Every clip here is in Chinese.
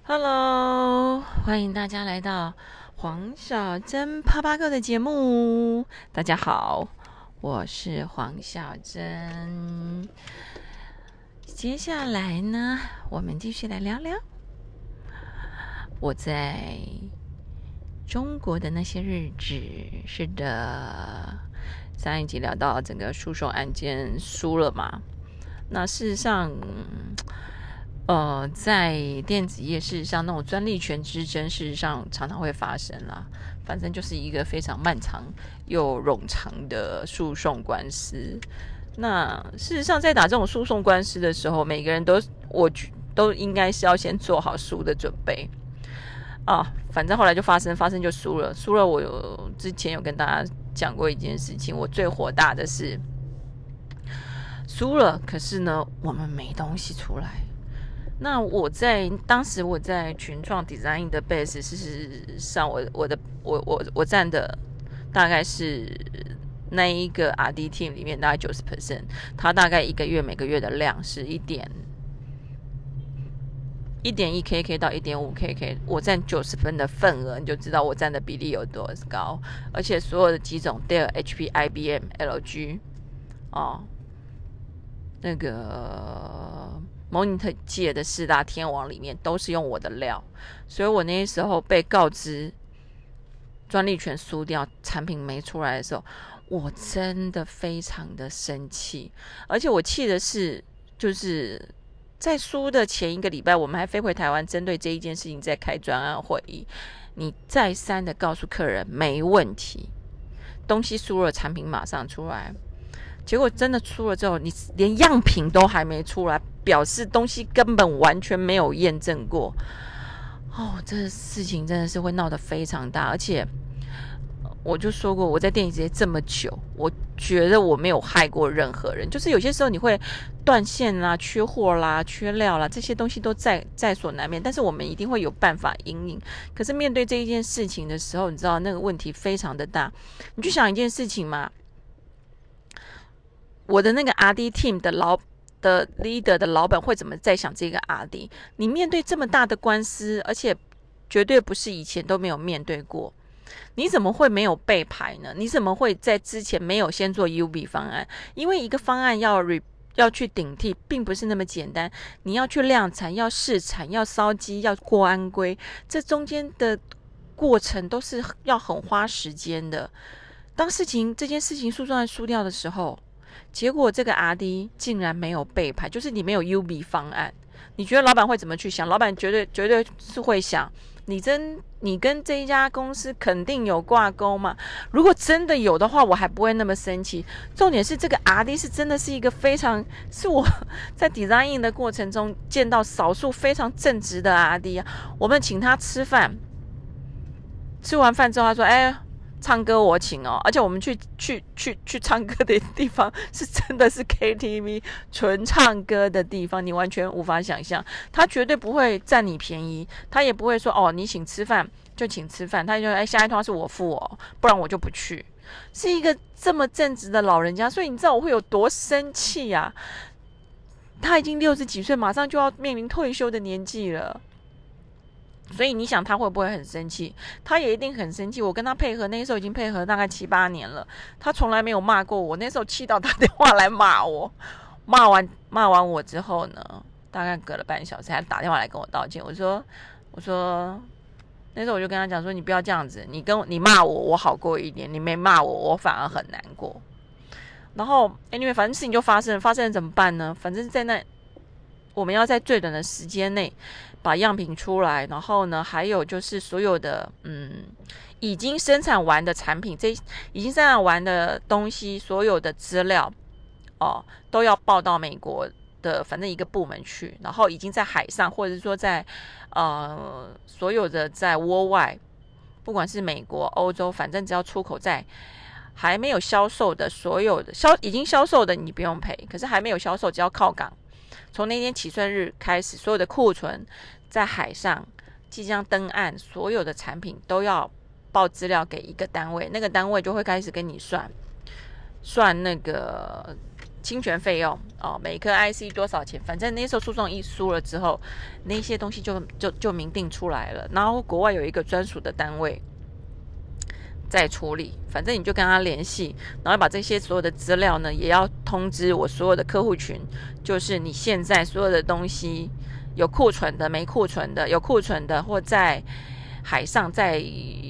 Hello，欢迎大家来到黄小珍啪啪哥的节目。大家好，我是黄小珍。接下来呢，我们继续来聊聊我在中国的那些日子。是的，上一集聊到整个诉讼案件输了嘛，那事实上在电子业，事实上那种专利权之争，事实上常常会发生啦。反正就是一个非常漫长又冗长的诉讼官司。那事实上，在打这种诉讼官司的时候，每个人都应该是要先做好输的准备啊。反正后来就发生就输了。我之前有跟大家讲过一件事情，我最火大的是输了，可是呢，我们没东西出来。那当时我在群创 design 的 base， 事实上我占的大概是那一个 RD team 里面大概 90%， 它大概每个月的量是1.1KK 到 1.5KK， 我占90分的份额，你就知道我占的比例有多高。而且所有的几种 Dell、HP、IBM、LG 那个Monitor 界的4大天王里面都是用我的料，所以我那时候被告知专利权输掉，产品没出来的时候，我真的非常的生气。而且我气的是，就是在输的前一个礼拜，我们还飞回台湾，针对这一件事情在开专案会议。你再三的告诉客人没问题，东西输了，产品马上出来。结果真的出了之后，你连样品都还没出来，表示东西根本完全没有验证过。这事情真的是会闹得非常大。而且我就说过，我在电子业这么久，我觉得我没有害过任何人。就是有些时候你会断线啦、缺货啦、缺料啦，这些东西都在所难免，但是我们一定会有办法因应。可是面对这一件事情的时候，你知道那个问题非常的大。你去想一件事情嘛，我的那个 RD team 的 leader 的老板会怎么在想这个 RD？ 你面对这么大的官司，而且绝对不是以前都没有面对过，你怎么会没有备牌呢？你怎么会在之前没有先做 UB 方案？因为一个方案要去顶替，并不是那么简单。你要去量产，要试产，要烧机，要过安规，这中间的过程都是要很花时间的。当这件事情诉讼案输掉的时候，结果这个 RD 竟然没有备牌，就是你没有 UB 方案。你觉得老板会怎么去想？老板绝对是会想，你跟这一家公司肯定有挂钩嘛？如果真的有的话，我还不会那么生气。重点是这个 RD 是真的是一个是我在 design 的过程中见到少数非常正直的 RD 啊。我们请他吃饭，吃完饭之后他说：“唱歌我请哦。”而且我们去唱歌的地方是真的是 KTV 纯唱歌的地方，你完全无法想象。他绝对不会占你便宜，他也不会说你请吃饭就请吃饭，他就下一趟是我付不然我就不去。是一个这么正直的老人家，所以你知道我会有多生气啊。他已经60几岁，马上就要面临退休的年纪了。所以你想他会不会很生气？他也一定很生气。我跟他配合，那时候已经配合大概7、8年了，他从来没有骂过我。那时候气到打电话来骂我，骂完我之后呢，大概隔了半小时，还打电话来跟我道歉。我说，那时候我就跟他讲说，你不要这样子，你骂我，我好过一点；你没骂我，我反而很难过。然后，anyway，反正事情就发生了怎么办呢？反正我们要在最短的时间内把样品出来，然后呢，还有就是所有的已经生产完的产品，已经生产完的东西，所有的资料都要报到美国的反正一个部门去，然后已经在海上，或者是说在所有的在窝外，不管是美国、欧洲，反正只要出口在还没有销售的，所有的已经销售的你不用赔，可是还没有销售，只要靠港。从那天起算日开始，所有的库存在海上即将登岸，所有的产品都要报资料给一个单位，那个单位就会开始跟你算那个侵权费用每一颗 IC 多少钱，反正那时候诉讼一输了之后，那些东西就明定出来了，然后国外有一个专属的单位在处理，反正你就跟他联系，然后把这些所有的资料呢，也要通知我所有的客户群，就是你现在所有的东西有库存的、没库存的、有库存的，或在海上、在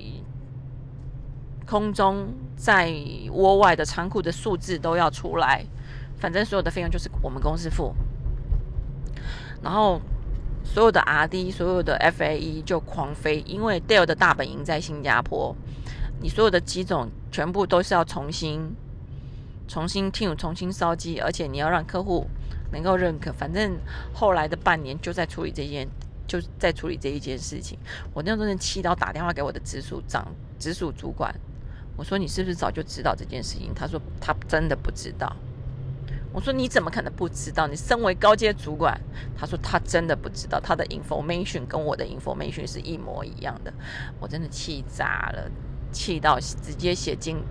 空中、在窝外的仓库的数字都要出来，反正所有的费用就是我们公司付，然后所有的 RD、所有的 FAE 就狂飞，因为 Dell 的大本营在新加坡。你所有的机种全部都是要重新 tune 重新烧机，而且你要让客户能够认可。反正后来的半年就在处理这一件事情。我那时候真的气到打电话给我的直属主管，我说你是不是早就知道这件事情？他说他真的不知道。我说你怎么可能不知道？你身为高阶主管，他说他真的不知道，他的 information 跟我的 information 是一模一样的。我真的气炸了。气到直接写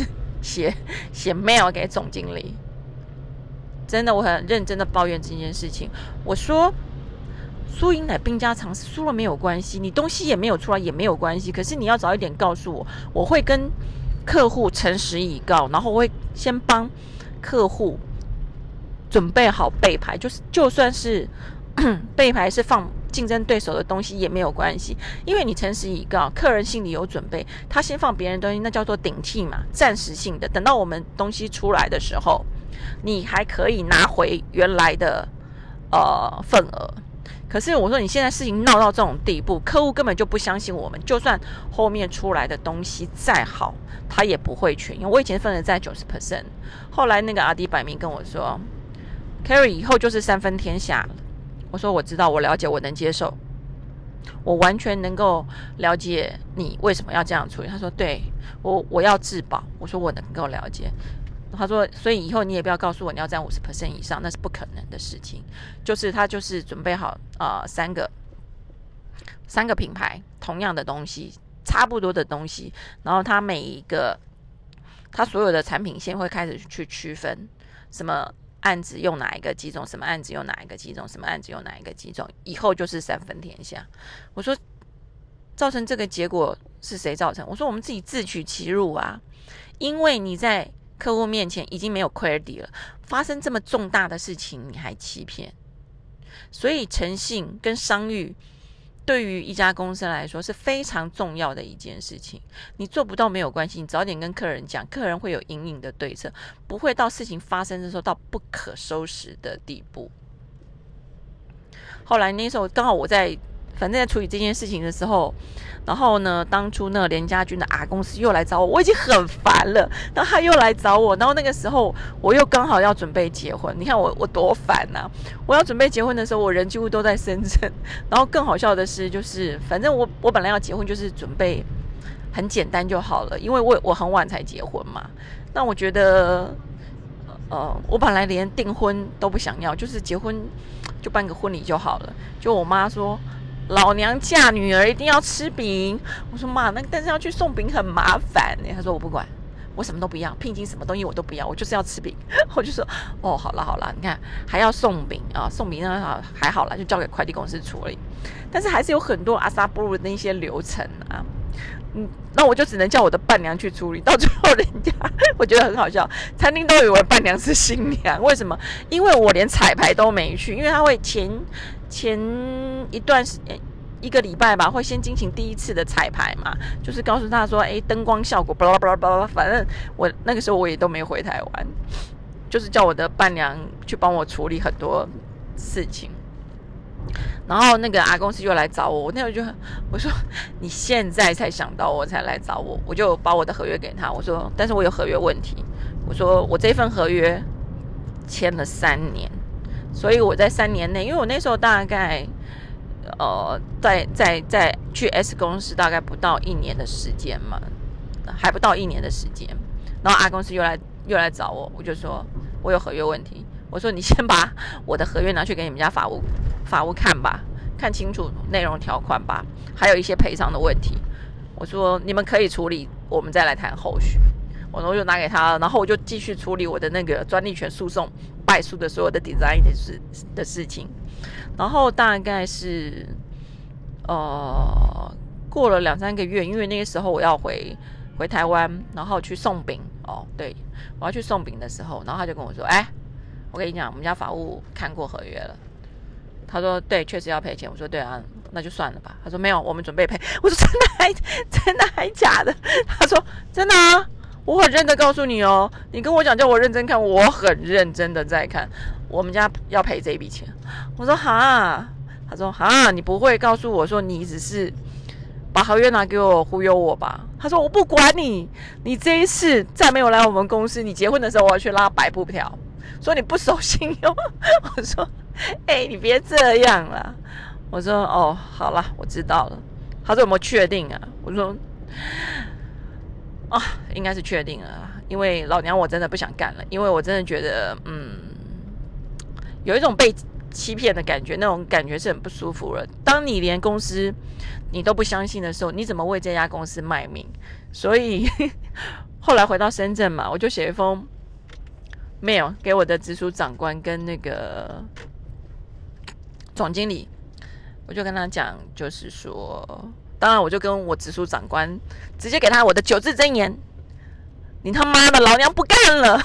mail 给总经理，真的我很认真的抱怨这件事情。我说输赢乃兵家常事，输了没有关系，你东西也没有出来也没有关系，可是你要早一点告诉我，我会跟客户诚实以告，然后我会先帮客户准备好备牌，就算是备牌是放竞争对手的东西也没有关系，因为你诚实以告，客人心里有准备，他先放别人的东西，那叫做顶替嘛，暂时性的。等到我们东西出来的时候，你还可以拿回原来的份额。可是我说你现在事情闹到这种地步，客户根本就不相信我们，就算后面出来的东西再好，他也不会全用。我以前份额在 90%， 后来那个阿迪摆明跟我说 Carry 以后就是三分天下了。我说我知道，我了解，我能接受，我完全能够了解你为什么要这样处理。他说对，我要自保。我说我能够了解。他说所以以后你也不要告诉我你要占 50% 以上，那是不可能的事情。就是他就是准备好三个品牌同样的东西，差不多的东西，然后他每一个他所有的产品线会开始去区分什么案子用哪一个机种，什么案子用哪一个机种，什么案子用哪一个机种，以后就是三分天下。我说造成这个结果是谁造成？我说我们自己自取其辱啊，因为你在客户面前已经没有 credibility 了，发生这么重大的事情你还欺骗，所以诚信跟商誉对于一家公司来说是非常重要的一件事情。你做不到没有关系，你早点跟客人讲，客人会有因应的对策，不会到事情发生的时候到不可收拾的地步。后来那时候刚好我反正在处理这件事情的时候，然后呢，当初那个连家军的公司又来找我，我已经很烦了，然后他又来找我，然后那个时候我又刚好要准备结婚，你看我多烦啊！我要准备结婚的时候，我人几乎都在深圳，然后更好笑的是，就是反正我本来要结婚就是准备很简单就好了，因为我很晚才结婚嘛，那我觉得我本来连订婚都不想要，就是结婚就办个婚礼就好了，就我妈说老娘嫁女儿一定要吃饼。我说妈，但是要去送饼很麻烦耶。她说我不管，我什么都不要，聘金什么东西我都不要，我就是要吃饼。我就说哦，好啦，你看还要送饼啊，送饼呢还好啦，就交给快递公司处理。但是还是有很多阿萨布鲁的那些流程啊。那我就只能叫我的伴娘去处理，到最后人家我觉得很好笑，餐厅都以为伴娘是新娘，为什么？因为我连彩排都没去，因为他会前一个礼拜吧，会先进行第一次的彩排嘛，就是告诉他说，灯光效果，巴拉巴拉巴拉，反正我那个时候我也都没回台湾，就是叫我的伴娘去帮我处理很多事情。然后那个公司又来找我，我那时候我说你现在才想到我才来找我，我就把我的合约给他，我说但是我有合约问题，我说我这份合约签了3年，所以我在3年内，因为我那时候大概在去 S 公司大概不到1年的时间嘛，还不到1年的时间，然后公司又来找我，我就说我有合约问题，我说你先把我的合约拿去给你们家法务看吧，看清楚内容条款吧，还有一些赔偿的问题。我说你们可以处理，我们再来谈后续。 我就拿给他了，然后我就继续处理我的那个专利权诉讼败诉的所有的 design 的事情。然后大概是过了2-3个月，因为那个时候我要回台湾，然后去送饼对，我要去送饼的时候，然后他就跟我说，我跟你讲，我们家法务看过合约了。他说对，确实要赔钱。我说对啊，那就算了吧。他说没有，我们准备赔。我说真的还假的？他说真的啊，我很认真告诉你哦，你跟我讲叫我认真看，我很认真的在看，我们家要赔这一笔钱。我说哈，他说哈，你不会告诉我说你只是把合约拿给我忽悠我吧？他说我不管你，你这一次再没有来我们公司，你结婚的时候我要去拉白布条，说你不守信用。我说你别这样啦。我说好啦，我知道了。他说有没有确定啊？我说应该是确定了，因为老娘我真的不想干了，因为我真的觉得有一种被欺骗的感觉，那种感觉是很不舒服了。当你连公司你都不相信的时候，你怎么为这家公司卖命？所以后来回到深圳嘛，我就写一封 mail 给我的直属长官跟那个总经理，我就跟他讲，就是说，当然我就跟我直属长官直接给他我的9字真言：你他妈的老娘不干了。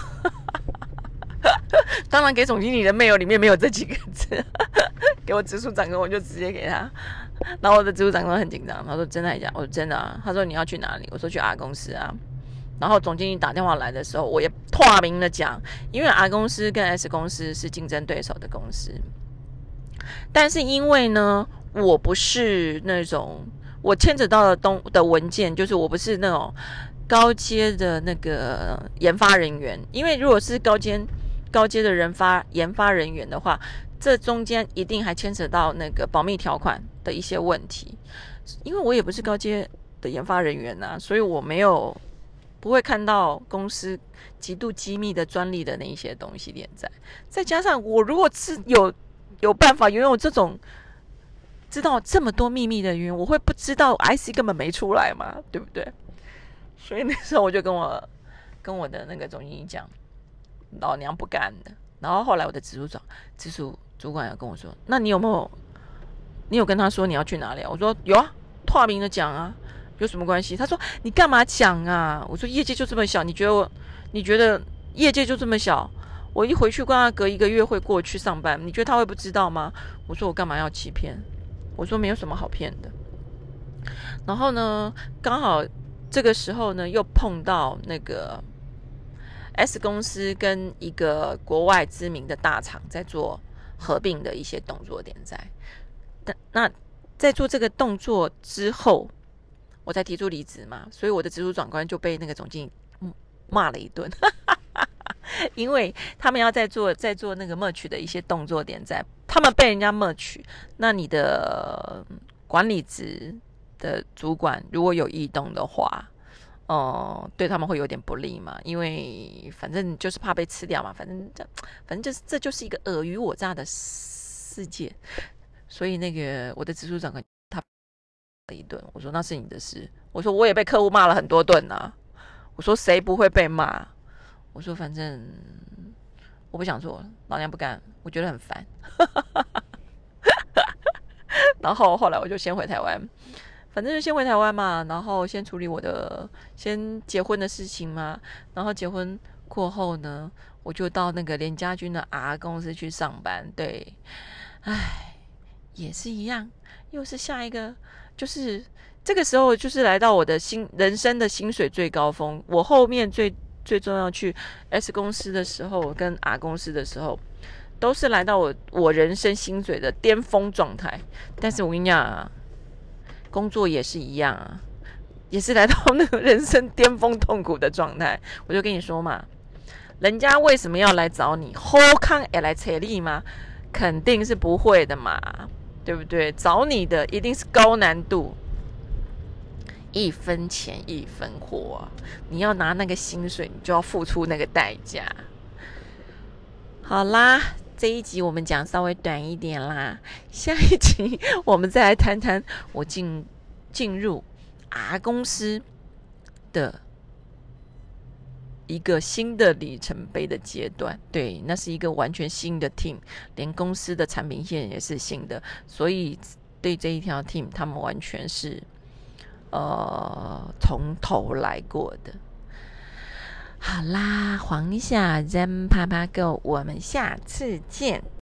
当然给总经理的 mail 里面没有这几个字，给我直属长官我就直接给他。然后我的直属长官很紧张，他说真的还假？我说真的啊。他说你要去哪里？我说去 R 公司啊。然后总经理打电话来的时候，我也透明的讲，因为 R 公司跟 S 公司是竞争对手的公司，但是因为呢，我不是那种我牵扯到的文件，就是我不是那种高阶的那个研发人员，因为如果是高阶的研发人员的话，这中间一定还牵扯到那个保密条款的一些问题，因为我也不是高阶的研发人员啊，所以我不会看到公司极度机密的专利的那一些东西连在，再加上我如果是有办法拥有这种知道这么多秘密的人，我会不知道 IC 根本没出来嘛，对不对？所以那时候我就跟我的那个总经理讲，老娘不干的。然后后来我的直属主管有跟我说，那你有跟他说你要去哪里啊？我说有啊，透明的讲啊，有什么关系？他说你干嘛讲啊？我说业界就这么小，你觉得业界就这么小？我一回去跟他隔1个月会过去上班，你觉得他会不知道吗？我说我干嘛要欺骗？我说没有什么好骗的。然后呢，刚好这个时候呢，又碰到那个 S 公司跟一个国外知名的大厂在做合并的一些动作点在。那在做这个动作之后，我才提出离职嘛，所以我的直属长官就被那个总经理骂了一顿。因为他们要在做那个 merge 的一些动作点在，他们被人家 merge， 那你的管理职的主管如果有异动的话，对他们会有点不利嘛，因为反正就是怕被吃掉嘛，反正这就是一个尔虞我诈的世界，所以那个我的直属长官他了一顿，我说那是你的事，我说我也被客户骂了很多顿啊，我说谁不会被骂？我说反正我不想做了，老娘不干，我觉得很烦。然后后来我就先回台湾，反正就先回台湾嘛，然后先处理先结婚的事情嘛，然后结婚过后呢，我就到那个连家军的 R 公司去上班。对，也是一样，又是下一个，就是这个时候就是来到我的人生的薪水最高峰。我后面最重要去 S 公司的时候跟 R 公司的时候，都是来到我人生薪水的巅峰状态。但是我跟你讲啊，工作也是一样啊，也是来到那个人生巅峰痛苦的状态。我就跟你说嘛，人家为什么要来找你？好康也来扯你吗？肯定是不会的嘛，对不对？找你的一定是高难度。1分钱1分货啊，你要拿那个薪水，你就要付出那个代价。好啦，这一集我们讲稍微短一点啦，下一集我们再来谈谈我进入 R 公司的一个新的里程碑的阶段。对，那是一个完全新的 team， 连公司的产品线也是新的，所以对这一条 team 他们完全是从头来过的。好啦，黄小珍趴趴狗，我们下次见。